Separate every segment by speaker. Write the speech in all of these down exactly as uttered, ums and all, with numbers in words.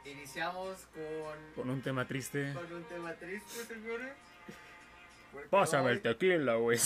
Speaker 1: Iniciamos con...
Speaker 2: Con un tema triste.
Speaker 1: Con un tema triste, señores. Porque
Speaker 2: Pásame
Speaker 1: hoy,
Speaker 2: el tequila, güey.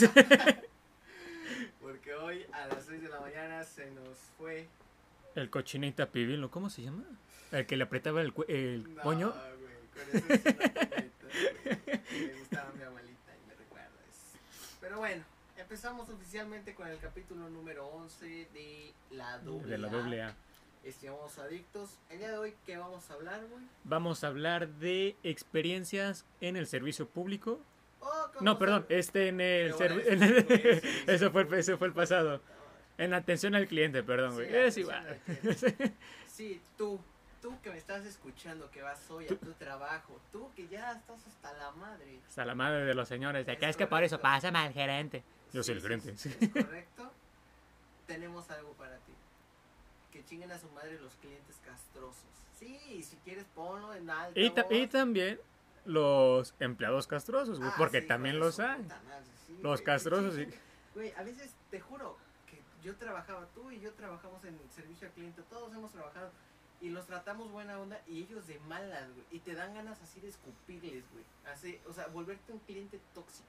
Speaker 1: Porque hoy a las seis de la mañana se nos fue...
Speaker 2: El cochinita pibil, ¿cómo se llama? El que le apretaba el, cu- el
Speaker 1: No,
Speaker 2: coño.
Speaker 1: güey, con eso sí no te metas, güey. Me gustaba mi abuelita y me recuerda eso. Pero bueno, empezamos oficialmente con el capítulo número once de la doble
Speaker 2: De la doble A.
Speaker 1: Estimados adictos, el día de hoy, ¿qué vamos a hablar, güey?
Speaker 2: Vamos a hablar de experiencias en el servicio público.
Speaker 1: Oh, ¿cómo
Speaker 2: No,
Speaker 1: se-
Speaker 2: perdón, este en el...
Speaker 1: Pero
Speaker 2: servi-
Speaker 1: bueno,
Speaker 2: en el-
Speaker 1: sí, sí, sí,
Speaker 2: Eso
Speaker 1: sí,
Speaker 2: fue,
Speaker 1: sí,
Speaker 2: ese fue el
Speaker 1: sí,
Speaker 2: pasado.
Speaker 1: sí.
Speaker 2: En atención al cliente, perdón, güey.
Speaker 1: Sí,
Speaker 2: Es
Speaker 1: atención
Speaker 2: igual.
Speaker 1: al cliente. Sí, tú, tú que me estás escuchando, que vas hoy
Speaker 2: Tú-
Speaker 1: a tu trabajo, tú que ya estás hasta la madre.
Speaker 2: Hasta la madre de los señores. De
Speaker 1: Es
Speaker 2: que es que por eso
Speaker 1: correcto.
Speaker 2: pásame al gerente. Yo soy el
Speaker 1: Sí,
Speaker 2: gerente.
Speaker 1: sí, sí, es correcto. Tenemos algo para ti. Que chinguen a su madre los clientes castrosos. Sí, si quieres ponlo en alta
Speaker 2: Y, ta-
Speaker 1: voz.
Speaker 2: y también los empleados castrosos, güey.
Speaker 1: Ah,
Speaker 2: porque
Speaker 1: sí,
Speaker 2: también
Speaker 1: hijo de
Speaker 2: los
Speaker 1: su
Speaker 2: hay.
Speaker 1: puta madre, sí,
Speaker 2: Los
Speaker 1: güey,
Speaker 2: castrosos,
Speaker 1: qué
Speaker 2: sí.
Speaker 1: chingo. Güey, a veces te juro que yo trabajaba, tú y yo trabajamos en servicio al cliente, todos hemos trabajado y los tratamos buena onda y ellos de malas, güey. Y te dan ganas así de escupirles, güey. Así, o sea, volverte un cliente tóxico.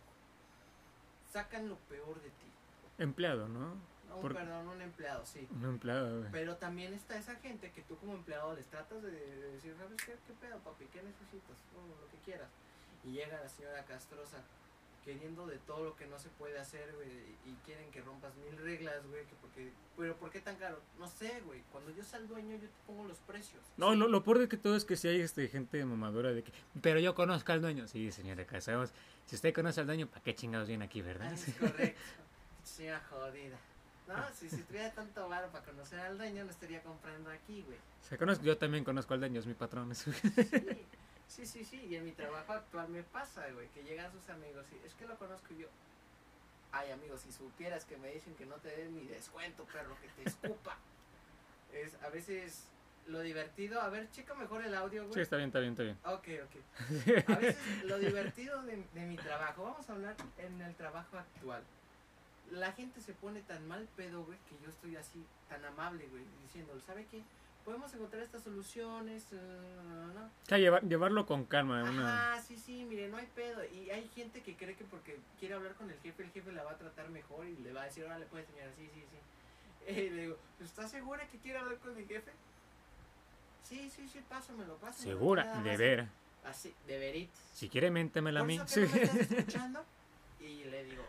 Speaker 1: Sacan lo peor de ti.
Speaker 2: Empleado, ¿no?
Speaker 1: No,
Speaker 2: Por-
Speaker 1: perdón, un empleado, sí.
Speaker 2: Un empleado, güey.
Speaker 1: Pero también está esa gente que tú como empleado les tratas de, de decir, ¿sabes qué? ¿Qué pedo, papi? ¿Qué necesitas? No, lo que quieras. Y llega la señora castrosa queriendo de todo lo que no se puede hacer, güey, y quieren que rompas mil reglas, güey, que porque, pero ¿por qué tan caro? No sé, güey, cuando yo sea el dueño yo te pongo los precios.
Speaker 2: No,
Speaker 1: Sí.
Speaker 2: lo, lo peor de que todo es que si hay este, gente mamadora de que... Pero yo conozco al dueño. Sí, señora, acá sabemos. Si usted conoce al dueño, ¿para qué chingados viene aquí,
Speaker 1: Ah,
Speaker 2: verdad?
Speaker 1: es correcto. Señora jodida. No, si, si tuviera tanto varo para conocer al dueño, no estaría comprando aquí, güey.
Speaker 2: Se conozco, yo también conozco al dueño, es mi patrón.
Speaker 1: Sí, sí, sí, sí, y en mi trabajo actual me pasa, güey, que llegan sus amigos y es que lo conozco y yo. Ay, amigos, si supieras que me dicen que no te den ni descuento, perro, que te escupa. Es a veces lo divertido, a ver, checa mejor el audio, güey.
Speaker 2: Sí, está bien, está bien, está bien.
Speaker 1: Ok, ok. A veces lo divertido de, de mi trabajo, vamos a hablar en el trabajo actual. La gente se pone tan mal pedo, güey, que yo estoy así, tan amable, güey, diciéndole, ¿sabe qué? Podemos encontrar estas soluciones, uh, ¿no?
Speaker 2: O sea, llevar- llevarlo con calma. Una...
Speaker 1: Ajá, sí, sí, mire, no hay pedo. Y hay gente que cree que porque quiere hablar con el jefe, el jefe la va a tratar mejor y le va a decir, órale, pues, señora, sí, sí, sí. Y le digo, ¿estás segura que quiere hablar con mi jefe? Sí, sí, sí, pásamelo, pásamelo.
Speaker 2: Segura,
Speaker 1: nada
Speaker 2: de
Speaker 1: más".
Speaker 2: veras.
Speaker 1: Así, de veritas.
Speaker 2: Si quiere, méntemela a
Speaker 1: Por
Speaker 2: mí.
Speaker 1: eso
Speaker 2: Sí.
Speaker 1: que no me estás escuchando. Y le digo,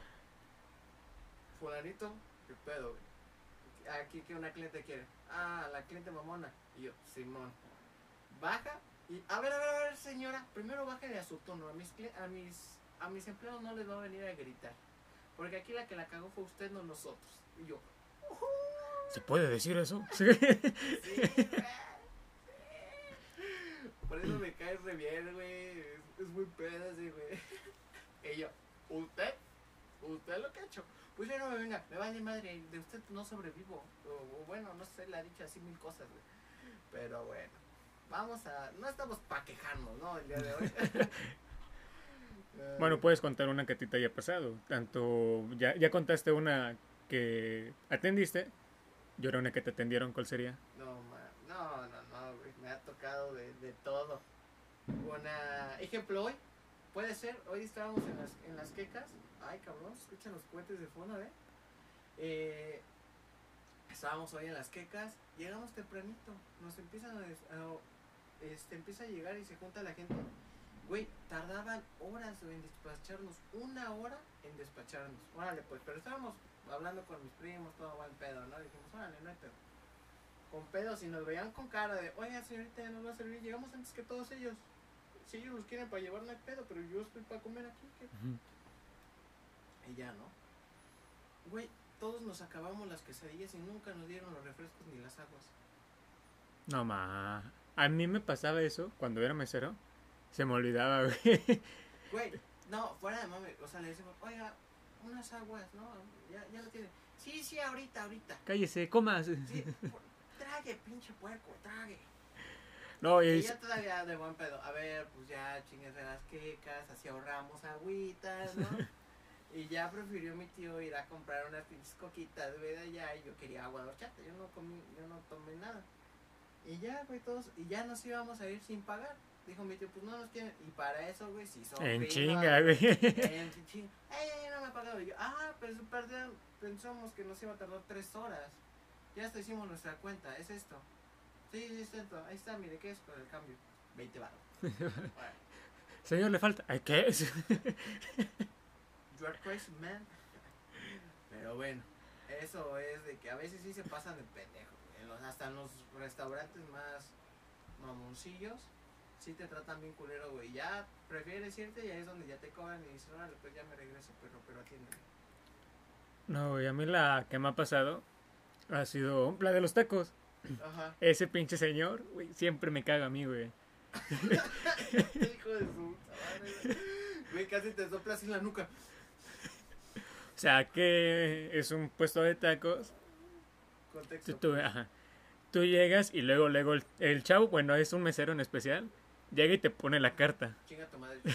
Speaker 1: fulanito, ¿qué pedo, güey? Aquí que una cliente quiere. Ah, la cliente mamona. Y yo, Simón. Baja y, a ver, a ver, a ver, señora. Primero bájale a su tono. A mis, cli- a mis, a mis empleados no les va a venir a gritar. Porque aquí la que la cagó fue usted, no nosotros. Y yo, "Ujú".
Speaker 2: ¿Se puede decir eso? Sí.
Speaker 1: Sí, güey. Por eso me cae re bien, güey. Es, es muy pedo así, güey. Y yo, ¿usted? ¿Usted lo que ha hecho? Pues ya no me venga, me vale madre, de usted no sobrevivo. O, o bueno, no sé, le ha dicho así mil cosas, güey. Pero bueno, vamos a. No estamos pa' quejarnos, ¿no? El día de hoy.
Speaker 2: Bueno, puedes contar una que a ti te haya pasado. Tanto, ya, ya contaste una que atendiste. Yo era una que te atendieron, ¿cuál sería?
Speaker 1: No, ma, no, no, no, güey. Me ha tocado de, de todo. Una. Ejemplo hoy. Puede ser, hoy estábamos en las, en las quecas. Ay, cabrón, se escuchan los cohetes de fondo, ¿eh? eh estábamos hoy en las quecas. Llegamos tempranito. Nos empiezan a, des, a. Este, empieza a llegar y se junta la gente. Güey, tardaban horas en despacharnos. Una hora en despacharnos. Órale, pues, pero estábamos hablando con mis primos, todo buen pedo, ¿no? Dijimos, órale, no hay pedo. Con pedos y nos veían con cara de, oiga, señorita, ya nos va a servir. Llegamos antes que todos ellos. Si ellos nos quieren para llevar, no hay pedo, pero yo estoy para comer aquí. ¿Qué?
Speaker 2: Ujú.
Speaker 1: Y ya, ¿no? Güey, todos nos acabamos las quesadillas y nunca nos dieron los refrescos ni las aguas.
Speaker 2: No, ma. A mí me pasaba eso cuando era mesero. Se me olvidaba, güey.
Speaker 1: Güey, no, fuera de mame, o sea, le decimos, oiga, unas aguas, ¿no? Ya, ya lo tiene. Sí, sí, ahorita, ahorita.
Speaker 2: Cállese, comas.
Speaker 1: Sí, por- trague, pinche puerco, trague.
Speaker 2: No,
Speaker 1: Y
Speaker 2: y
Speaker 1: ya todavía de buen pedo. A ver, pues ya chingues de las quecas, así ahorramos agüitas, ¿no? Y ya prefirió mi tío ir a comprar unas pinches coquitas, güey, de allá, y yo quería agua de horchata. Yo no comí, yo no tomé nada. Y ya, güey, todos, y ya nos íbamos a ir sin pagar. Dijo mi tío, pues no nos quieren. Y para eso, güey, si son
Speaker 2: En
Speaker 1: finos,
Speaker 2: chinga, güey.
Speaker 1: En chinga. Ey, ey, no me ha pagado. Y yo, ah, pues perdón, pensamos que nos iba a tardar tres horas. Ya hasta hicimos nuestra cuenta, es esto. Sí, sí, es esto. Ahí está, mire, ¿qué es con el cambio? veinte baros. Bueno,
Speaker 2: Señor, le falta. Ay, ¿qué es?
Speaker 1: you are crazy, man. Pero bueno, eso es de que a veces sí se pasan de pendejo. En los, hasta en los restaurantes más mamoncillos, sí te tratan bien culero, güey. Ya prefieres irte y ahí es donde ya te cobran y dices, órale, pues ya me regreso, perro, pero atiéndeme.
Speaker 2: No, güey, a mí la que me ha pasado ha sido la de los tacos.
Speaker 1: Ajá.
Speaker 2: Ese pinche señor, güey, siempre me caga a mí, güey.
Speaker 1: Hijo de su madre, güey, casi te soplas en la nuca.
Speaker 2: O sea, que es un puesto de tacos.
Speaker 1: Contexto.
Speaker 2: Tú, tú, ajá. Tú llegas y luego, luego el, el chavo, bueno, es un mesero en especial, llega y te pone la carta.
Speaker 1: Chinga tu madre.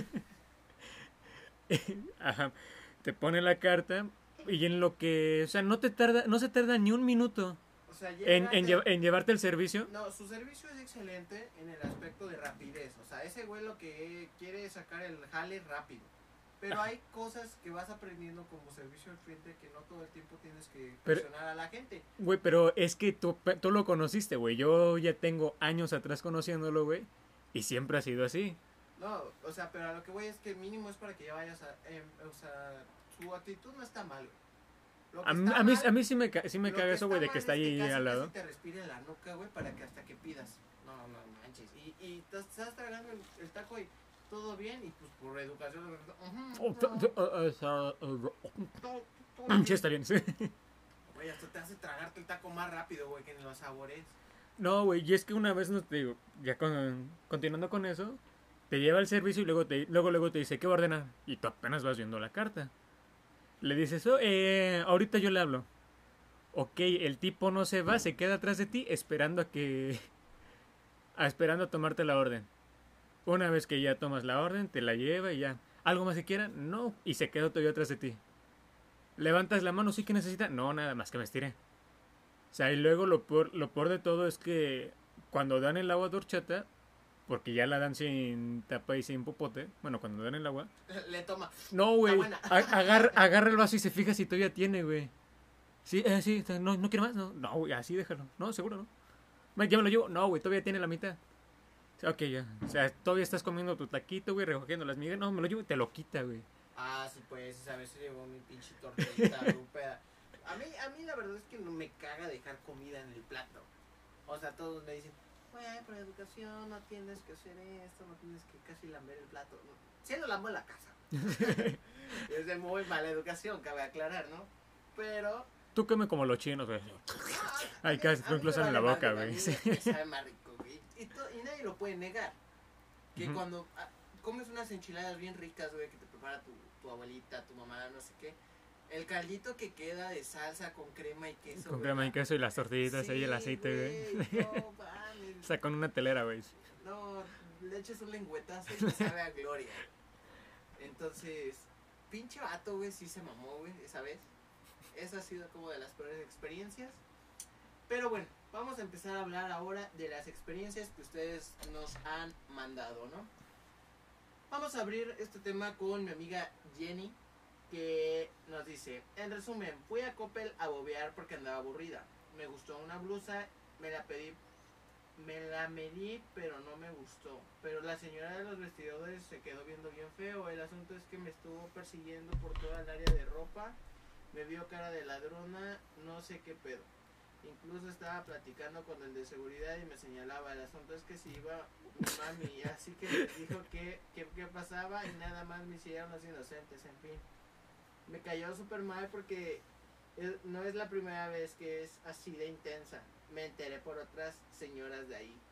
Speaker 2: Ajá. Te pone la carta y en lo que, o sea, no te tarda, no se tarda ni un minuto
Speaker 1: O sea,
Speaker 2: en, en,
Speaker 1: llega-
Speaker 2: lle- en llevarte el servicio.
Speaker 1: No, su servicio es excelente en el aspecto de rapidez. O sea, ese güey lo que quiere es sacar el jale rápido. Pero hay cosas que vas aprendiendo como servicio al cliente que no todo el tiempo tienes que
Speaker 2: Pero-
Speaker 1: presionar a la gente.
Speaker 2: Güey, pero es que tú, tú lo conociste, güey. Yo ya tengo años atrás conociéndolo, güey. Y siempre ha sido así.
Speaker 1: No, o sea, pero a lo que voy es que mínimo es para que ya vayas a... em, o sea, su actitud no está mal, güey. Lo que
Speaker 2: A, mí-
Speaker 1: está
Speaker 2: a mí,
Speaker 1: mal-
Speaker 2: a mí sí me, ca- sí me
Speaker 1: lo
Speaker 2: caga
Speaker 1: que
Speaker 2: eso, güey, de
Speaker 1: mal
Speaker 2: que está
Speaker 1: es
Speaker 2: ahí
Speaker 1: casi,
Speaker 2: al lado.
Speaker 1: casi te respira en la nuca, güey, para que hasta que pidas. No, no manches. Y, y te estás tragando el, el taco y todo bien y pues por educación... ujú,
Speaker 2: Oh,
Speaker 1: no,
Speaker 2: t- t- uh, uh, so- uh,
Speaker 1: todo- todo
Speaker 2: Sí,
Speaker 1: bien.
Speaker 2: está bien, sí.
Speaker 1: Güey, hasta te hace tragarte el taco más rápido, güey, que ni lo sabores.
Speaker 2: No, güey, y es que una vez, no te digo, ya con, continuando con eso, te lleva al servicio y luego, te, luego, luego te dice, ¿qué va a ordenar? Y tú apenas vas viendo la carta. Le dices, oh, eh, ahorita yo le hablo. Ok, el tipo no se va, se queda atrás de ti esperando a que... A, esperando a tomarte la orden. Una vez que ya tomas la orden, te la lleva y ya. ¿Algo más que quiera? No. Y se quedó todavía atrás de ti. Levantas la mano, ¿sí que necesita? No, nada más que me estiré. O sea, y luego lo peor, lo peor de todo es que cuando dan el agua de horchata, porque ya la dan sin tapa y sin popote, bueno, cuando dan el agua...
Speaker 1: Le toma.
Speaker 2: No, güey,
Speaker 1: buena.
Speaker 2: a- agarra, agarra el vaso y se fija si todavía tiene, güey. Sí, eh, sí, no, no quiere más, no, no, güey, así déjalo. No, seguro, ¿no? Ma, ya me lo llevo. No, güey, todavía tiene la mitad. O sea, ok, ya. O sea, todavía estás comiendo tu taquito, güey, recogiendo las migas. No, me lo llevo y te lo quita, güey.
Speaker 1: Ah, sí, pues, esa vez se llevó mi pinche tortita rupea. A mí, a mí la verdad es que no me caga dejar comida en el plato. O sea, todos me dicen, güey, por educación no tienes que hacer esto, no tienes que casi lamber el plato. Sí lo lambo en la casa. Es de muy mala educación, cabe aclarar, ¿no? Pero...
Speaker 2: Tú come como los chinos, güey.
Speaker 1: ah,
Speaker 2: Ay,
Speaker 1: a mí-
Speaker 2: casi
Speaker 1: a
Speaker 2: te
Speaker 1: mí
Speaker 2: incluso
Speaker 1: me
Speaker 2: en la
Speaker 1: vale
Speaker 2: boca,
Speaker 1: madre,
Speaker 2: güey.
Speaker 1: a
Speaker 2: Sí.
Speaker 1: mí me sabe más rico, güey. Y, to- y nadie lo puede negar. Que
Speaker 2: Ujú.
Speaker 1: cuando ah, comes unas enchiladas bien ricas, güey, que te prepara tu, tu abuelita, tu mamá, no sé qué. El caldito que queda de salsa con crema y queso.
Speaker 2: Con
Speaker 1: güey,
Speaker 2: crema y
Speaker 1: ah,
Speaker 2: queso y las tortillitas ahí, el
Speaker 1: sí,
Speaker 2: aceite, güey.
Speaker 1: No, mames.
Speaker 2: O sea, con una telera, güey.
Speaker 1: No, le eches un lengüetazo y te sabe a gloria. Entonces, pinche vato, güey, sí se mamó, güey, esa vez. Esa ha sido como de las peores experiencias. Pero bueno, vamos a empezar a hablar ahora de las experiencias que ustedes nos han mandado, ¿no? Vamos a abrir este tema con mi amiga Jenny, que nos dice, en resumen, fui a Coppel a bobear porque andaba aburrida. Me gustó una blusa, me la pedí, me la medí, pero no me gustó. Pero la señora de los vestidores se quedó viendo bien feo. El asunto es que me estuvo persiguiendo por toda el área de ropa. Me vio cara de ladrona, no sé qué pedo. Incluso estaba platicando con el de seguridad y me señalaba. El asunto es que si iba mi mami, así que me dijo que, que, que pasaba y nada más me hicieron los inocentes, en fin. Me cayó súper mal porque es- no es la primera vez que es así de intensa. Me enteré por otras señoras de ahí.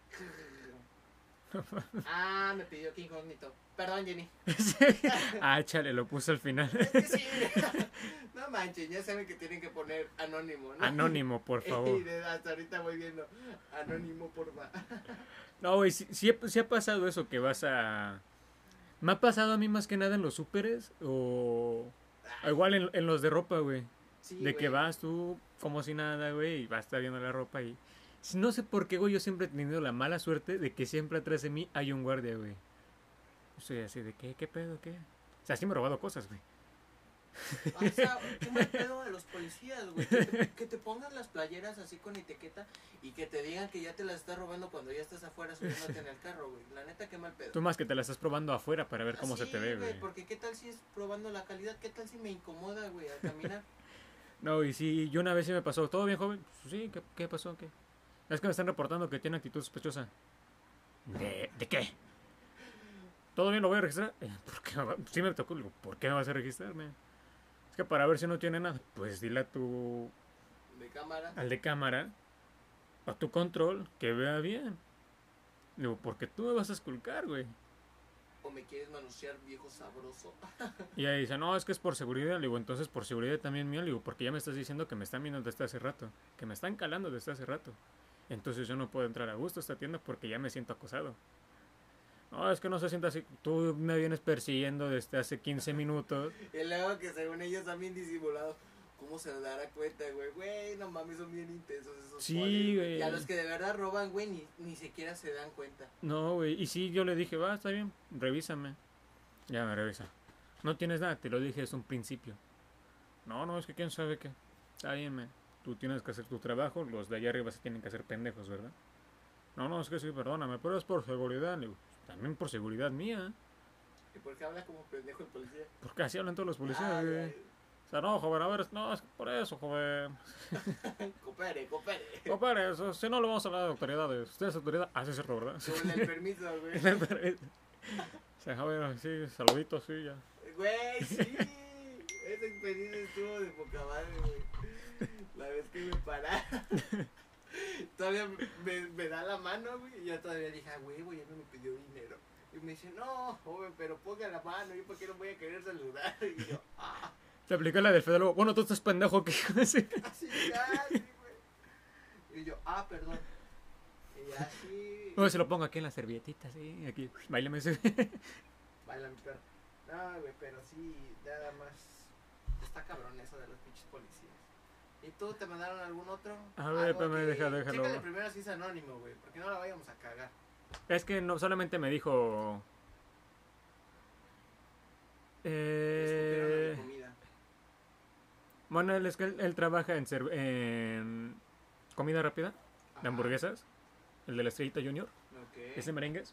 Speaker 1: Ah, me pidió que incógnito. Perdón, Jenny.
Speaker 2: Ah, chale, lo puso al final.
Speaker 1: Es que sí. No manches, ya saben que tienen que poner anónimo, ¿no?
Speaker 2: Anónimo, por
Speaker 1: Y
Speaker 2: favor.
Speaker 1: de- hasta ahorita voy viendo anónimo, porfa.
Speaker 2: No, güey, sí, sí ha- sí ha pasado eso que vas a... Me ha pasado a mí más que nada en los súperes o... o igual en, en los de ropa, güey.
Speaker 1: Sí,
Speaker 2: De que
Speaker 1: güey.
Speaker 2: vas tú como si nada, güey, y vas a estar viendo la ropa y... No sé por qué, güey, yo siempre he tenido la mala suerte de que siempre atrás de mí hay un guardia, güey. Yo soy así de, ¿qué? ¿Qué pedo? ¿Qué? O sea, sí me he robado cosas, güey.
Speaker 1: Ah, o sea, qué mal pedo de los policías, güey. Que te, que te pongan las playeras así con etiqueta y que te digan que ya te las estás robando cuando ya estás afuera subiéndote en el carro, güey. La neta, qué mal pedo.
Speaker 2: Tú más que te la estás probando afuera para ver cómo
Speaker 1: Así,
Speaker 2: se te ve, güey.
Speaker 1: Porque qué tal si es probando la calidad, qué tal si me incomoda, güey, al caminar.
Speaker 2: No, y sí, yo una vez sí me pasó. ¿Todo bien, joven? Pues sí, ¿qué, qué pasó? ¿Qué? Es que me están reportando que tiene actitud sospechosa. ¿De, ¿de qué? ¿Todo bien? ¿Lo voy a registrar? Eh, ¿Por qué? Sí me tocó. Digo, ¿por qué me vas a registrarme? Es que para ver si no tiene nada. Pues dile a tu...
Speaker 1: De cámara.
Speaker 2: Al de cámara. A tu control. Que vea bien. Digo, porque tú me vas a esculcar, güey.
Speaker 1: O me quieres manosear, viejo sabroso.
Speaker 2: Y ahí dice, no, es que es por seguridad. Le digo, entonces por seguridad también mía. Le digo, porque ya me estás diciendo que me están viendo desde hace rato. Que me están calando desde hace rato. Entonces yo no puedo entrar a gusto a esta tienda porque ya me siento acosado. No, es que no se sienta así. Tú me vienes persiguiendo desde hace quince minutos.
Speaker 1: Y luego que según ellos están bien disimulados. ¿Cómo se dará cuenta, güey? Güey, no mames, son bien intensos esos
Speaker 2: Sí,
Speaker 1: polis,
Speaker 2: güey.
Speaker 1: Y a los que de verdad roban, güey, ni, ni siquiera se dan cuenta.
Speaker 2: No, güey. Y sí, yo le dije, va, está bien, revísame. Ya me revisa. No tienes nada, te lo dije desde un principio. No, no, es que quién sabe qué. Está bien, man. Tú tienes que hacer tu trabajo, los de allá arriba se tienen que hacer pendejos, ¿verdad? No, no, es que sí, perdóname, pero es por seguridad. Le digo, también por seguridad mía.
Speaker 1: ¿Y por qué habla como pendejo el policía?
Speaker 2: Porque así hablan todos los policías,
Speaker 1: Ay,
Speaker 2: güey.
Speaker 1: ay.
Speaker 2: O sea, no, joven, a ver, no, es por eso, joven.
Speaker 1: Coopere, coopere.
Speaker 2: Coopere, eso, si no le vamos a hablar de autoridades. Usted es autoridad, hace cierto, ¿verdad?
Speaker 1: Con el permiso, güey.
Speaker 2: O sea, joven, sí, saluditos, sí, ya.
Speaker 1: Güey, sí. Esa experiencia estuvo de poca madre, güey. La vez que me pararon. Todavía me, me da la mano, güey. Y yo todavía dije, ah, güey, güey, ya no me pidió dinero. Y me dice, no, joven, pero ponga la mano. ¿Yo por qué no voy a querer saludar? Y yo, ah.
Speaker 2: Se aplicó la del Fede. Bueno, tú estás pendejo, que
Speaker 1: Así, casi, güey. Y yo, ah, perdón. Y así.
Speaker 2: No, se lo pongo aquí en la servilletita, sí, aquí. Báilame ese.
Speaker 1: Baila mi perro. No, güey, pero sí, nada más. Está cabrón eso de los pinches policías. ¿Y tú te mandaron algún otro?
Speaker 2: A ver,
Speaker 1: Algo
Speaker 2: espérame,
Speaker 1: que-
Speaker 2: deja- déjalo.
Speaker 1: Chécale primero si es anónimo, güey, porque no la vayamos a cagar.
Speaker 2: Es que no solamente me dijo.
Speaker 1: Escupieron a
Speaker 2: Eh.
Speaker 1: mi comida.
Speaker 2: Bueno, él, es que él, él trabaja en, serv- en comida rápida,
Speaker 1: Ajá.
Speaker 2: de hamburguesas. El de la Estrellita Junior.
Speaker 1: Ok.
Speaker 2: Ese merengues.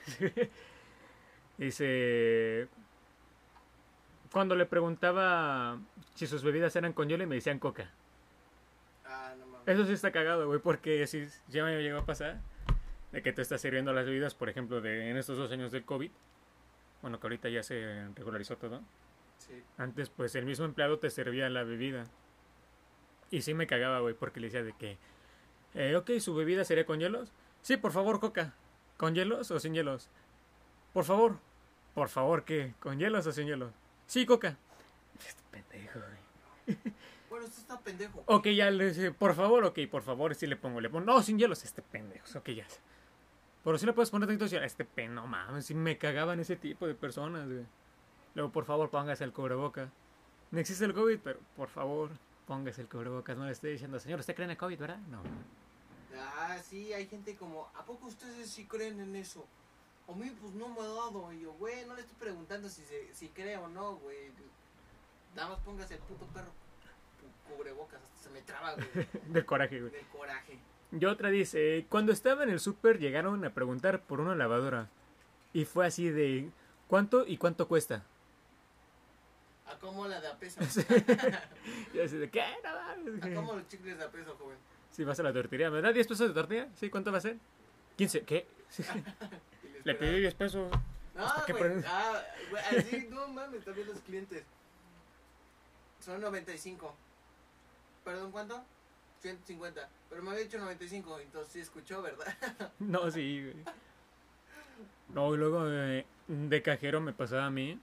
Speaker 2: Dice. Cuando le preguntaba si sus bebidas eran con hielo y me decían coca.
Speaker 1: Ah, no mames.
Speaker 2: Eso sí está cagado, güey, porque si ya me llegó a pasar de que te estás sirviendo las bebidas, por ejemplo, de en estos dos años del COVID. Bueno, que ahorita ya se regularizó todo.
Speaker 1: Sí.
Speaker 2: Antes, pues el mismo empleado te servía la bebida. Y sí me cagaba, güey, porque le decía de que, eh, ok, ¿su bebida sería con hielos? Sí, por favor, coca. ¿Con hielos o sin hielos? Por favor. Por favor, ¿qué? ¿Con hielos o sin hielos? Sí, coca. Este pendejo, güey.
Speaker 1: Bueno, esto está pendejo.
Speaker 2: Ok, ya le dice, por favor, ok, por favor, sí le pongo, le pongo, no, sin hielos, este pendejo, ok, ya. Pero si le puedes poner tantito hielo, este pendejo, no mames, sí me cagaban ese tipo de personas, güey. Luego, por favor, póngase el cubreboca. No existe el COVID, pero por favor, póngase el cubrebocas. No le estoy diciendo, señor, ¿usted cree en el COVID, verdad? No.
Speaker 1: Ah, sí, hay gente como, ¿a poco ustedes sí creen en eso? A mí, pues no me ha dado. Y yo, güey, no le estoy preguntando si, se, si cree o no, güey. Nada más póngase el puto perro cu- cubrebocas, hasta se me traba, güey.
Speaker 2: Del coraje, güey.
Speaker 1: Del coraje.
Speaker 2: Y otra dice, cuando estaba en el súper llegaron a preguntar por una lavadora. Y fue así de, ¿cuánto y cuánto cuesta?
Speaker 1: ¿A cómo la de a peso?
Speaker 2: Y así de, ¿qué? No mames,
Speaker 1: ¿A
Speaker 2: güey.
Speaker 1: cómo los chicles de a peso, joven?
Speaker 2: Si vas a la tortillería, ¿me da diez pesos de tortilla? Sí, ¿cuánto va a ser? quince, ¿qué?
Speaker 1: Y les
Speaker 2: Le
Speaker 1: esperaba-
Speaker 2: pedí diez pesos.
Speaker 1: No,
Speaker 2: ¿Hasta qué
Speaker 1: güey.
Speaker 2: pre-
Speaker 1: Ah, güey, así, no mames, también los clientes. Son noventa y cinco. ¿Perdón, cuánto? ciento cincuenta. Pero me había dicho noventa y cinco, entonces sí escuchó, ¿verdad?
Speaker 2: No, sí, güey. No, y luego eh, de cajero me pasaba a mí.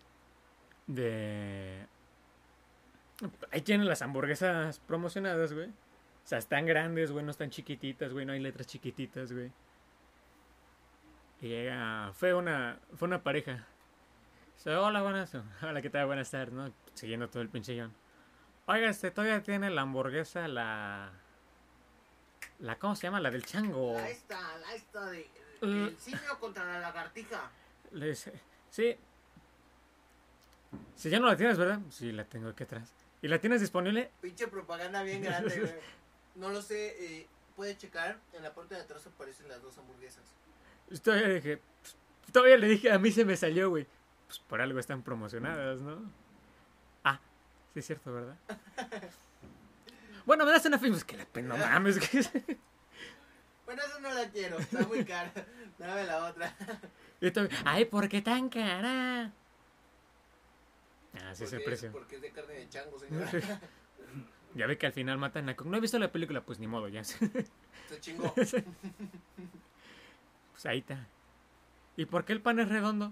Speaker 2: De. Ahí tienen las hamburguesas promocionadas, güey. O sea, están grandes, güey, no están chiquititas, güey, no hay letras chiquititas, güey. Y llega. Fue una. Fue una pareja. Dice, hola, buenas. Hola, ¿qué tal? Buenas tardes, ¿no? Siguiendo todo el pinchillón. Oiga, este todavía tiene la hamburguesa, la. La, ¿cómo se llama? La del chango.
Speaker 1: La esta, la esta de...
Speaker 2: Uh.
Speaker 1: El simio contra la lagartija.
Speaker 2: Le dice, sí. Si ya no la tienes, ¿verdad? Sí, la tengo aquí atrás. ¿Y la tienes disponible?
Speaker 1: Pinche propaganda bien grande, güey. No lo sé, eh, puedes checar. En la parte de atrás aparecen las dos hamburguesas.
Speaker 2: Todavía dije, todavía le dije, a mí se me salió, güey. Pues por algo están promocionadas, ¿no? Ah, sí es cierto, ¿verdad? Bueno, me das una film, es que la pena, no mames.
Speaker 1: Bueno, eso no la quiero, está muy cara. Dame la otra.
Speaker 2: Y todavía, ay, ¿por qué tan cara? Ah, sí es el
Speaker 1: Porque
Speaker 2: precio.
Speaker 1: Porque es de carne de chango, señora.
Speaker 2: Ya ve que al final matan a Kong. No he visto la película, pues ni modo, ya.
Speaker 1: Se chingó.
Speaker 2: Pues ahí está. ¿Y por qué el pan es redondo?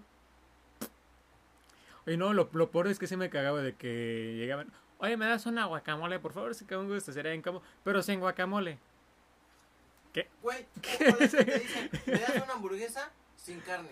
Speaker 2: Oye, no, lo, lo peor es que se me cagaba de que llegaban. Oye, ¿me das una guacamole, por favor? Si que un gusto, sería incómodo. Pero sin guacamole. ¿Qué?
Speaker 1: Güey, ¿cómo es que te dicen? ¿Me das una hamburguesa sin carne?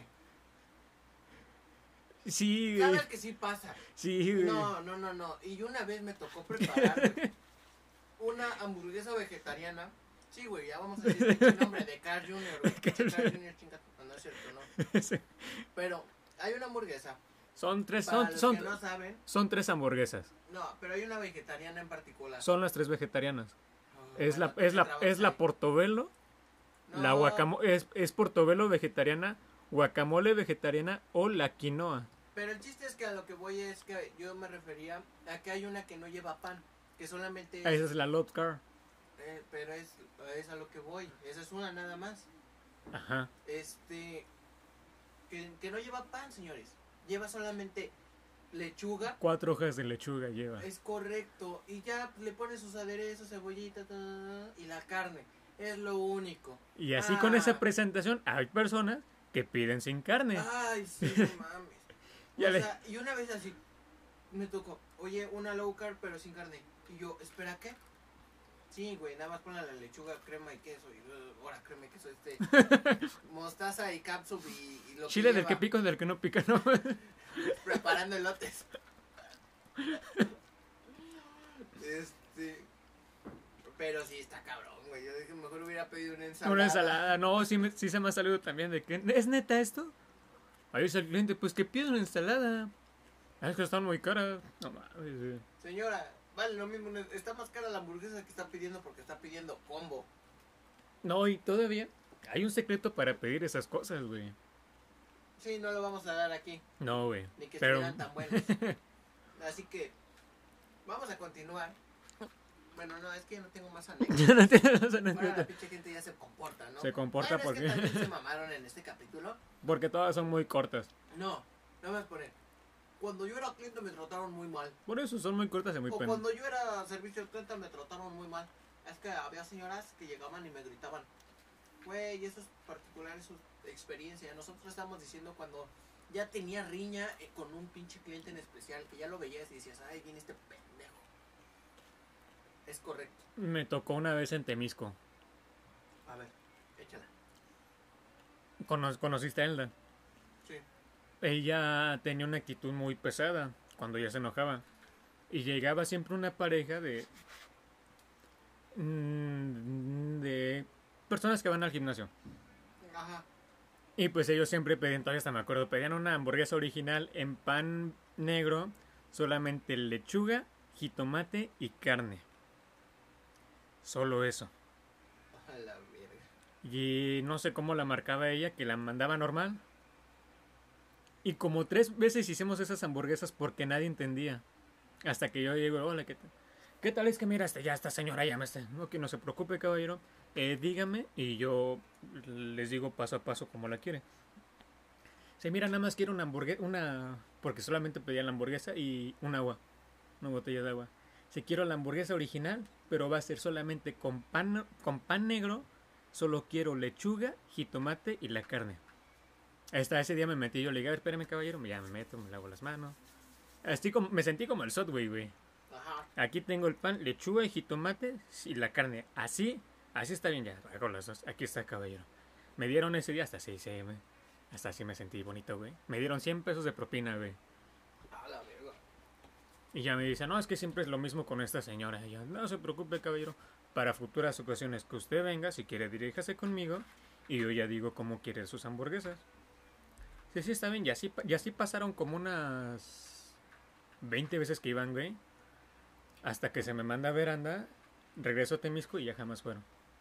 Speaker 2: Sí, güey.
Speaker 1: Sabes que sí pasa.
Speaker 2: Sí, güey.
Speaker 1: No, no, no, no. Y una vez me tocó preparar una hamburguesa vegetariana. Sí, güey, ya vamos a decir el nombre de Carl junior, güey. Carl junior, chinga. No, no es cierto, no.
Speaker 2: Sí.
Speaker 1: Pero hay una hamburguesa.
Speaker 2: Son tres,
Speaker 1: Para
Speaker 2: son,
Speaker 1: los
Speaker 2: son,
Speaker 1: que no saben,
Speaker 2: son tres hamburguesas.
Speaker 1: no, pero hay una vegetariana en particular.
Speaker 2: Son las tres vegetarianas.
Speaker 1: Oh,
Speaker 2: Es la,
Speaker 1: bueno,
Speaker 2: es la,
Speaker 1: trabaja
Speaker 2: es la
Speaker 1: ahí.
Speaker 2: portobello,
Speaker 1: No,
Speaker 2: la guacamole, es, es portobello vegetariana, guacamole vegetariana o la quinoa.
Speaker 1: Pero el chiste es que a lo que voy es que yo me refería a que hay una que no lleva pan, que solamente es,
Speaker 2: Ah, esa es la Love Car.
Speaker 1: eh, pero es, es a lo que voy, esa es una nada más.
Speaker 2: Ajá.
Speaker 1: Este, que, que no lleva pan, señores, lleva solamente lechuga,
Speaker 2: Cuatro hojas de lechuga lleva.
Speaker 1: es correcto, y ya le pones sus aderezos, cebollita, ta, ta, ta, y la carne, es lo único.
Speaker 2: Y así
Speaker 1: Ah.
Speaker 2: con esa presentación hay personas que piden sin carne.
Speaker 1: Ay, sí, no mames.
Speaker 2: Ya
Speaker 1: O
Speaker 2: le-
Speaker 1: sea, y una vez así, me tocó, oye, una low carb pero sin carne. Y yo, ¿espera qué? Sí, güey, nada más ponle la lechuga, crema y queso. Y uh, ahora crema y queso, este, mostaza y capsup y, y lo
Speaker 2: Chile
Speaker 1: que
Speaker 2: del
Speaker 1: lleva,
Speaker 2: que pica, del que no pica, no.
Speaker 1: preparando elotes. Este, pero sí está cabrón, güey. Yo dije, mejor hubiera pedido una ensalada.
Speaker 2: Una ensalada. No, sí, me- sí se me ha salido también de que, ¿es neta esto? Ahí dice el cliente, pues que pide una ensalada. Ah, es que están muy caras. No mames, güey.
Speaker 1: Señora, vale lo mismo, está más cara la hamburguesa que está pidiendo porque está pidiendo combo.
Speaker 2: No, y todavía hay un secreto para pedir esas cosas, güey.
Speaker 1: Sí, no lo vamos a dar aquí.
Speaker 2: No, güey.
Speaker 1: Ni que
Speaker 2: Pero
Speaker 1: estuvieran tan buenos. Así que vamos a continuar. Bueno, no, es que yo no tengo más anécdotas.
Speaker 2: ya no tienes
Speaker 1: Ahora la
Speaker 2: anécdota.
Speaker 1: pinche gente ya se comporta, ¿no?
Speaker 2: Se comporta
Speaker 1: Bueno, es que
Speaker 2: porque-
Speaker 1: también se mamaron en este capítulo.
Speaker 2: Porque todas son muy cortas.
Speaker 1: No, no me poner. Cuando yo era cliente me trataron muy mal.
Speaker 2: Por eso son muy cortas y muy
Speaker 1: O
Speaker 2: pen.
Speaker 1: cuando yo era servicio al cliente me trataron muy mal. Es que había señoras que llegaban y me gritaban. Güey, eso es particular, eso es experiencia. Nosotros estamos diciendo cuando ya tenía riña eh, con un pinche cliente en especial, que ya lo veías y decías, ay, viene este pendejo. Es correcto.
Speaker 2: Me tocó una vez en Temisco.
Speaker 1: A ver, échala.
Speaker 2: Cono- ¿Conociste a Elda?
Speaker 1: Sí.
Speaker 2: Ella tenía una actitud muy pesada cuando ya se enojaba. Y llegaba siempre una pareja de. mm, de personas que van al gimnasio.
Speaker 1: Ajá.
Speaker 2: Y pues ellos siempre pedían, todavía hasta me acuerdo, pedían una hamburguesa original en pan negro, solamente lechuga, jitomate y carne. Solo eso.
Speaker 1: A la verga.
Speaker 2: Y no sé cómo la marcaba ella, que la mandaba normal. Y como tres veces hicimos esas hamburguesas porque nadie entendía. Hasta que yo llego, hola, ¿qué tal? ¿Qué tal? Es que mira, este, ya esta señora ya me está. No, que no se preocupe, caballero. Eh, dígame y yo les digo paso a paso como la quiere. Se mira, nada más quiero una hamburguesa, una... Porque solamente pedía la hamburguesa y un agua. Una botella de agua. Si quiero la hamburguesa original, pero va a ser solamente con pan, con pan negro. Solo quiero lechuga, jitomate y la carne. Hasta ese día me metí yo, le dije, a ver, espérame, caballero, ya me meto, me lavo las manos. Así como, me sentí como el Subway, güey.
Speaker 1: Ajá.
Speaker 2: Aquí tengo el pan, lechuga y jitomate y la carne. Así, así está bien, ya, hago las dos. Aquí está, caballero. Me dieron ese día hasta así, sí, me- hasta así me sentí bonito, güey. Me dieron cien pesos de propina, güey.
Speaker 1: A la verga.
Speaker 2: Y ya me dice, no, es que siempre es lo mismo con esta señora. Y yo, no se preocupe, caballero. para futuras ocasiones que usted venga, si quiere diríjase conmigo y yo ya digo cómo quiere sus hamburguesas. Sí, sí, está bien. Y así, y así pasaron como unas veinte veces que iban, güey. Hasta que se me manda a veranda, regreso a Temisco y ya jamás fueron.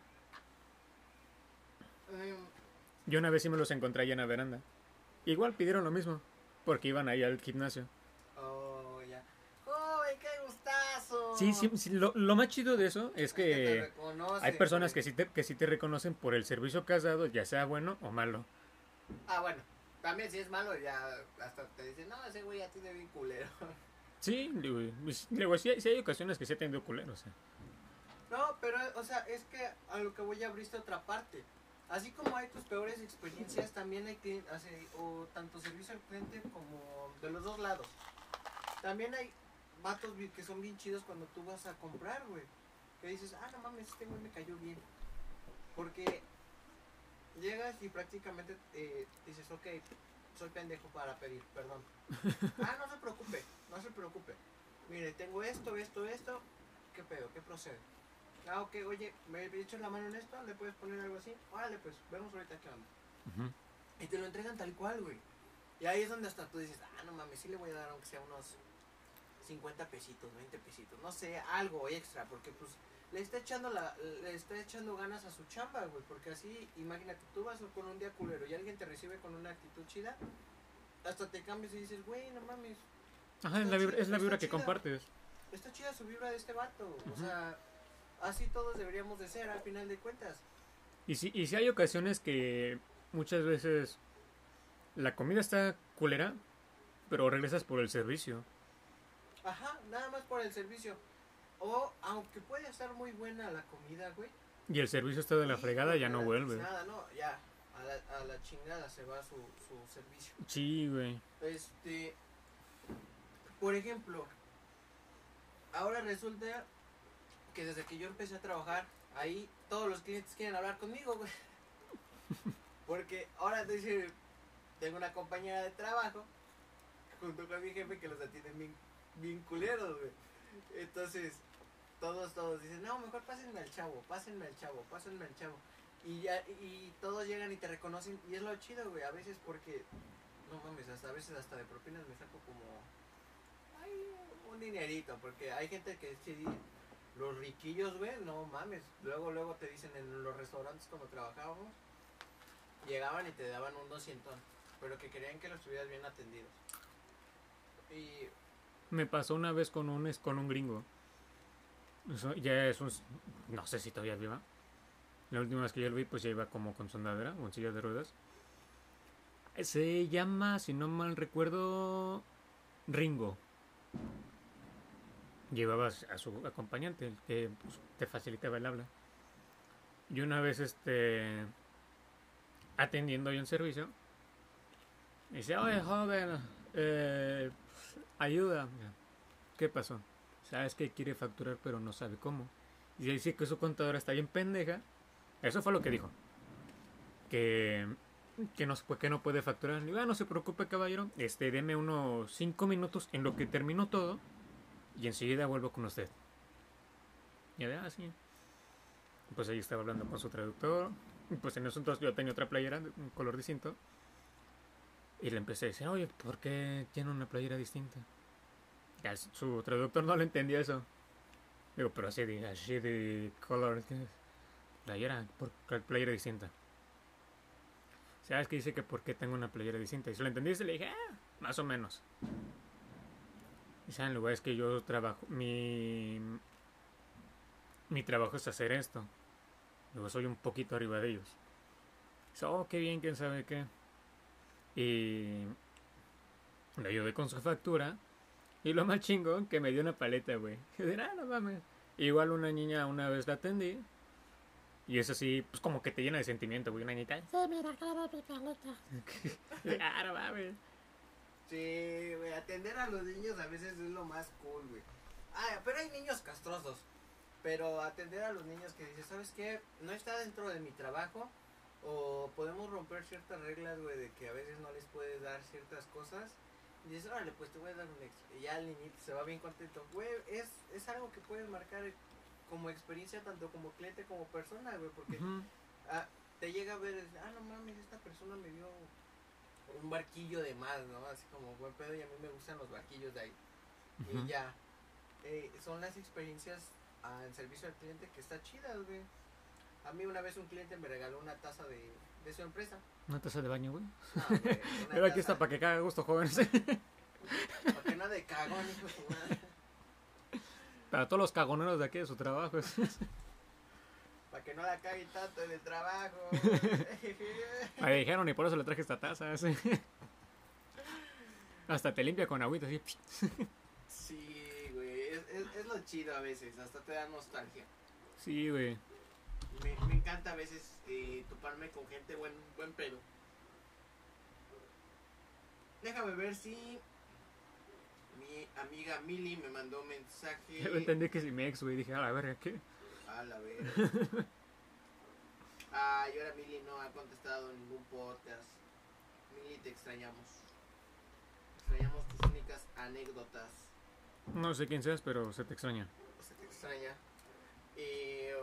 Speaker 1: Em,
Speaker 2: Yo una vez sí me los encontré allá en la veranda. Igual pidieron lo mismo, porque iban ahí al gimnasio.
Speaker 1: oh, ya. ¡Joven, qué gustazo!
Speaker 2: Sí, sí, sí, lo, lo más chido de eso es
Speaker 1: Es que te
Speaker 2: que
Speaker 1: reconocen,
Speaker 2: hay personas
Speaker 1: güey.
Speaker 2: que sí, te, que sí te reconocen por el servicio que has dado, ya sea bueno o malo.
Speaker 1: Ah, bueno. También si es malo, ya hasta te dicen, no, ese güey ya tiene bien culero.
Speaker 2: Sí, digo, pues, digo, sí, hay, sí hay ocasiones que sí he tenido culeros. Eh.
Speaker 1: No, pero, o sea, es que a lo que voy a abriste otra parte. Así como hay tus peores experiencias, también hay que, hace, o tanto servicio al cliente como de los dos lados. También hay vatos bi- que son bien chidos cuando tú vas a comprar, güey. Que dices, ah, no mames, este güey me cayó bien. Porque llegas y prácticamente eh, dices, ok, soy pendejo para pedir, perdón. Ah, no se preocupe, no se preocupe. Mire, tengo esto, esto, esto. ¿Qué pedo? ¿Qué procede? Ah, ok, oye, me he hecho la mano en esto, ¿le puedes poner algo así? Órale, pues, vemos ahorita qué onda.
Speaker 2: Ujú.
Speaker 1: Y te lo entregan tal cual, güey. Y ahí es donde hasta tú dices, ah, no mames, sí le voy a dar aunque sea unos cincuenta pesitos, veinte pesitos, no sé, algo extra, porque pues le está echando la, le está echando ganas a su chamba, güey, porque así, imagínate, tú vas con un día culero y alguien te recibe con una actitud chida, hasta te cambias y dices, güey, no mames,
Speaker 2: Ajá, es
Speaker 1: está
Speaker 2: la vibra,
Speaker 1: chida,
Speaker 2: es la
Speaker 1: está
Speaker 2: vibra que
Speaker 1: chida,
Speaker 2: compartes.
Speaker 1: está chida su vibra de este vato, o
Speaker 2: Ujú.
Speaker 1: sea, así todos deberíamos de ser al final de cuentas.
Speaker 2: Y sí, y sí hay ocasiones que muchas veces la comida está culera, pero regresas por el servicio.
Speaker 1: Ajá, nada más por el servicio. O, aunque puede estar muy buena la comida, güey.
Speaker 2: Y el servicio está de la fregada, ya
Speaker 1: híjole,
Speaker 2: no
Speaker 1: la
Speaker 2: vuelve.
Speaker 1: tiznada, no, ya, a la, a la chingada se va su, su servicio.
Speaker 2: Sí, güey.
Speaker 1: Este, por ejemplo, ahora resulta que desde que yo empecé a trabajar ahí, todos los clientes quieren hablar conmigo, güey. Porque ahora dice, tengo una compañera de trabajo, junto con mi jefe, que los atienden bien, bien culeros, güey. Entonces, todos, todos dicen, no, mejor pásenme al chavo, pásenme al chavo, pásenme al chavo. Y ya, y todos llegan y te reconocen, y es lo chido, güey, a veces porque, no mames, hasta a veces hasta de propinas me saco como, ay, un dinerito, porque hay gente que sí, los riquillos, güey, no mames, luego, luego te dicen en los restaurantes cuando trabajábamos, llegaban y te daban un doscientos, pero que querían que los tuvieras bien atendidos. Y,
Speaker 2: Me pasó una vez con un, es- con un gringo. Eso ya es un... No sé si todavía viva. La última vez que yo lo vi, pues ya iba como con su andadera o en silla de ruedas. Se llama, si no mal recuerdo, Ringo. Llevaba a su acompañante, el que pues, te facilitaba el habla. Y una vez, este, atendiendo yo un servicio, me dice, oye, joven, eh, ayuda. ¿Qué pasó? Sabes que quiere facturar, pero no sabe cómo. Y dice que su contadora está bien pendeja. Eso fue lo que dijo. Que, que, no, que no puede facturar. Le digo, ah, no se preocupe, caballero. Este, deme unos cinco minutos en lo que termino todo. Y enseguida vuelvo con usted. Y de, ah, sí. Pues ahí estaba hablando con su traductor. Y pues en eso entonces yo tenía otra playera de un color distinto. Y le empecé a decir, oye, ¿por qué tiene una playera distinta? Ya su traductor no le entendía eso. Digo, pero así de, así de color. Playera, ¿por qué playera distinta? ¿Sabes que dice que por qué tengo una playera distinta? Y si lo entendiste, le dije, ah, más o menos. Y saben, lugar es que yo trabajo, mi, mi trabajo es hacer esto. Luego soy un poquito arriba de ellos. Dice, oh, qué bien, quién sabe qué. Y le ayudé con su factura. Y lo más chingón, que me dio una paleta, güey. Y de, ah, no mames. Igual una niña una vez la atendí. Y eso sí, pues como que te llena de sentimiento, güey. Una niñita. Sí, mira, claro, mi paleta. Ah, no mames.
Speaker 1: sí, güey, atender a los niños a veces es lo más cool, güey. Ah, pero hay niños castrosos. Pero atender a los niños que dices, ¿sabes qué? No está dentro de mi trabajo. O podemos romper ciertas reglas, güey, de que a veces no les puedes dar ciertas cosas. Y dices, órale, pues te voy a dar un extra. Y ya el niñito se va bien contento. Güey, es, es algo que puedes marcar como experiencia tanto como cliente como persona, güey, porque
Speaker 2: Ujú.
Speaker 1: ah, te llega a ver, ah, no mames, esta persona me dio un barquillo de más, ¿no? Así como buen pedo, y a mí me gustan los barquillos de ahí.
Speaker 2: Ujú.
Speaker 1: Y ya, eh, son las experiencias al servicio al cliente que está chidas, güey. A mí una vez un cliente me regaló una taza de, de su empresa.
Speaker 2: Una taza de baño, güey.
Speaker 1: No, güey, una
Speaker 2: Pero aquí está
Speaker 1: taza-
Speaker 2: para que caga gusto, jóvenes.
Speaker 1: para que no de cagón, hijo de su madre.
Speaker 2: Para todos los cagoneros de aquí de su trabajo.
Speaker 1: Para que no la cague tanto en el trabajo.
Speaker 2: Me dijeron y por eso le traje esta taza. sí. Hasta te limpia con agüita así.
Speaker 1: Sí, güey, es, es, es lo chido a veces, hasta te da nostalgia.
Speaker 2: Sí, güey.
Speaker 1: Me, me encanta a veces eh, toparme con gente buen, buen pedo. Déjame ver si mi amiga Mili me mandó un mensaje.
Speaker 2: Yo entendí que si mi ex, güey. Dije, a la verga, ¿qué?
Speaker 1: A la verga. Ah, y ahora Mili no ha contestado ningún podcast. Mili, te extrañamos. Extrañamos tus únicas anécdotas.
Speaker 2: No sé quién seas, pero se te extraña.
Speaker 1: Se te extraña. Eh,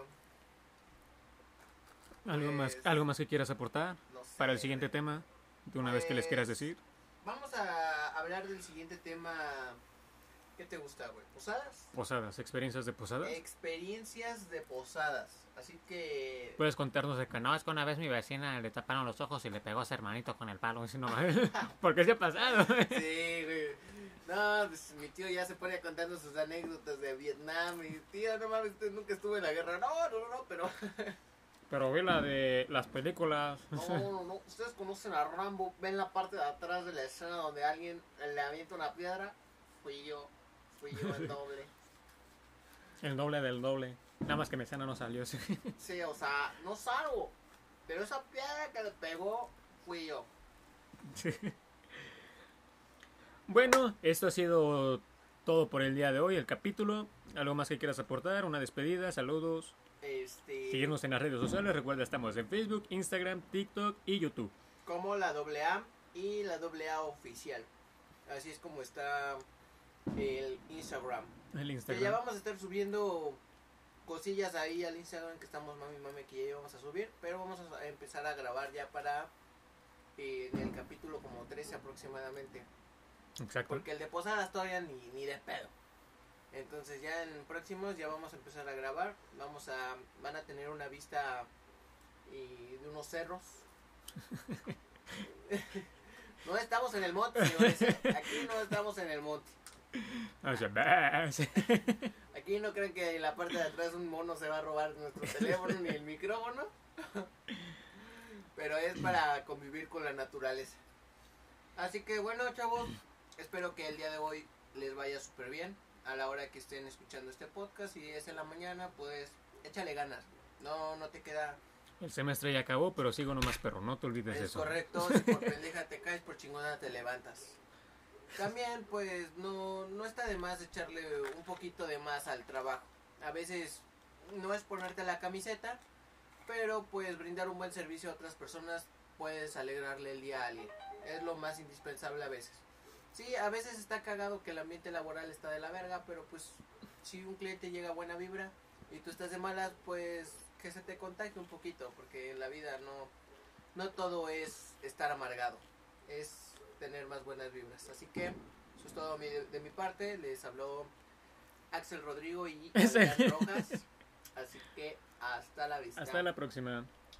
Speaker 2: ¿Algo, más,
Speaker 1: Pues-
Speaker 2: ¿Algo más que quieras aportar
Speaker 1: no sé,
Speaker 2: para el siguiente
Speaker 1: güey.
Speaker 2: tema? De una vez que les quieras
Speaker 1: Pues-
Speaker 2: decir.
Speaker 1: Vamos a hablar del siguiente tema. ¿Qué te gusta, güey? ¿Posadas?
Speaker 2: Posadas, experiencias de posadas.
Speaker 1: Experiencias de posadas. Así que...
Speaker 2: Puedes contarnos de que no, es que una vez mi vecina le taparon los ojos y le pegó a su hermanito con el palo. Y si no, porque se ha pasado.
Speaker 1: Sí, güey. No, pues mi tío ya se pone contando sus anécdotas de Vietnam. Y tío, no mames, usted nunca estuvo en la guerra. No, no, no, pero...
Speaker 2: Pero vi la de las películas.
Speaker 1: No, no, no. Ustedes conocen a Rambo. Ven la parte de atrás de la escena donde alguien le avienta una piedra. Fui yo. Fui yo el doble.
Speaker 2: El doble del doble. Nada más que mi escena no salió. Sí.
Speaker 1: Sí, o sea, no salgo. Pero esa piedra que le pegó, fui yo.
Speaker 2: Sí. Bueno, esto ha sido todo por el día de hoy, el capítulo. ¿Algo más que quieras aportar? Una despedida, saludos.
Speaker 1: Este...
Speaker 2: Seguirnos en las redes sociales. Recuerda, estamos en Facebook, Instagram, TikTok y YouTube.
Speaker 1: Como la doble A y la doble A oficial. Así es como está el Instagram.
Speaker 2: El
Speaker 1: Que ya
Speaker 2: Instagram.
Speaker 1: vamos a estar subiendo cosillas ahí al Instagram que estamos mami mami que ya vamos a subir, pero vamos a empezar a grabar ya para eh, en el capítulo como trece aproximadamente,
Speaker 2: Exacto.
Speaker 1: porque el de posadas todavía ni, ni de pedo. Entonces ya en próximos ya vamos a empezar a grabar, vamos a van a tener una vista eh, de unos cerros. No estamos en el monte, señores. Aquí no estamos en el monte.
Speaker 2: O sea, bah, sí.
Speaker 1: Aquí no creen que en la parte de atrás un mono se va a robar nuestro teléfono ni el micrófono. Pero es para convivir con la naturaleza. Así que bueno, chavos, espero que el día de hoy les vaya súper bien. A la hora que estén escuchando este podcast, si es en la mañana, pues échale ganas. No, no te queda...
Speaker 2: El semestre ya acabó, pero sigo nomás perro. No te olvides de
Speaker 1: Es
Speaker 2: eso.
Speaker 1: correcto, si por pendeja te caes, por chingona te levantas. También, pues, no, no está de más echarle un poquito de más al trabajo. A veces no es ponerte la camiseta, pero pues brindar un buen servicio a otras personas puedes alegrarle el día a alguien. Es lo más indispensable a veces. Sí, a veces está cagado que el ambiente laboral está de la verga, pero pues si un cliente llega a buena vibra y tú estás de malas, pues que se te contagie un poquito, porque en la vida no, no todo es estar amargado, es tener más buenas vibras. Así que eso es todo mi- de mi parte. Les habló Axel Rodrigo y
Speaker 2: Ese.
Speaker 1: Adrián Rojas. Así que hasta la vista.
Speaker 2: Hasta la próxima.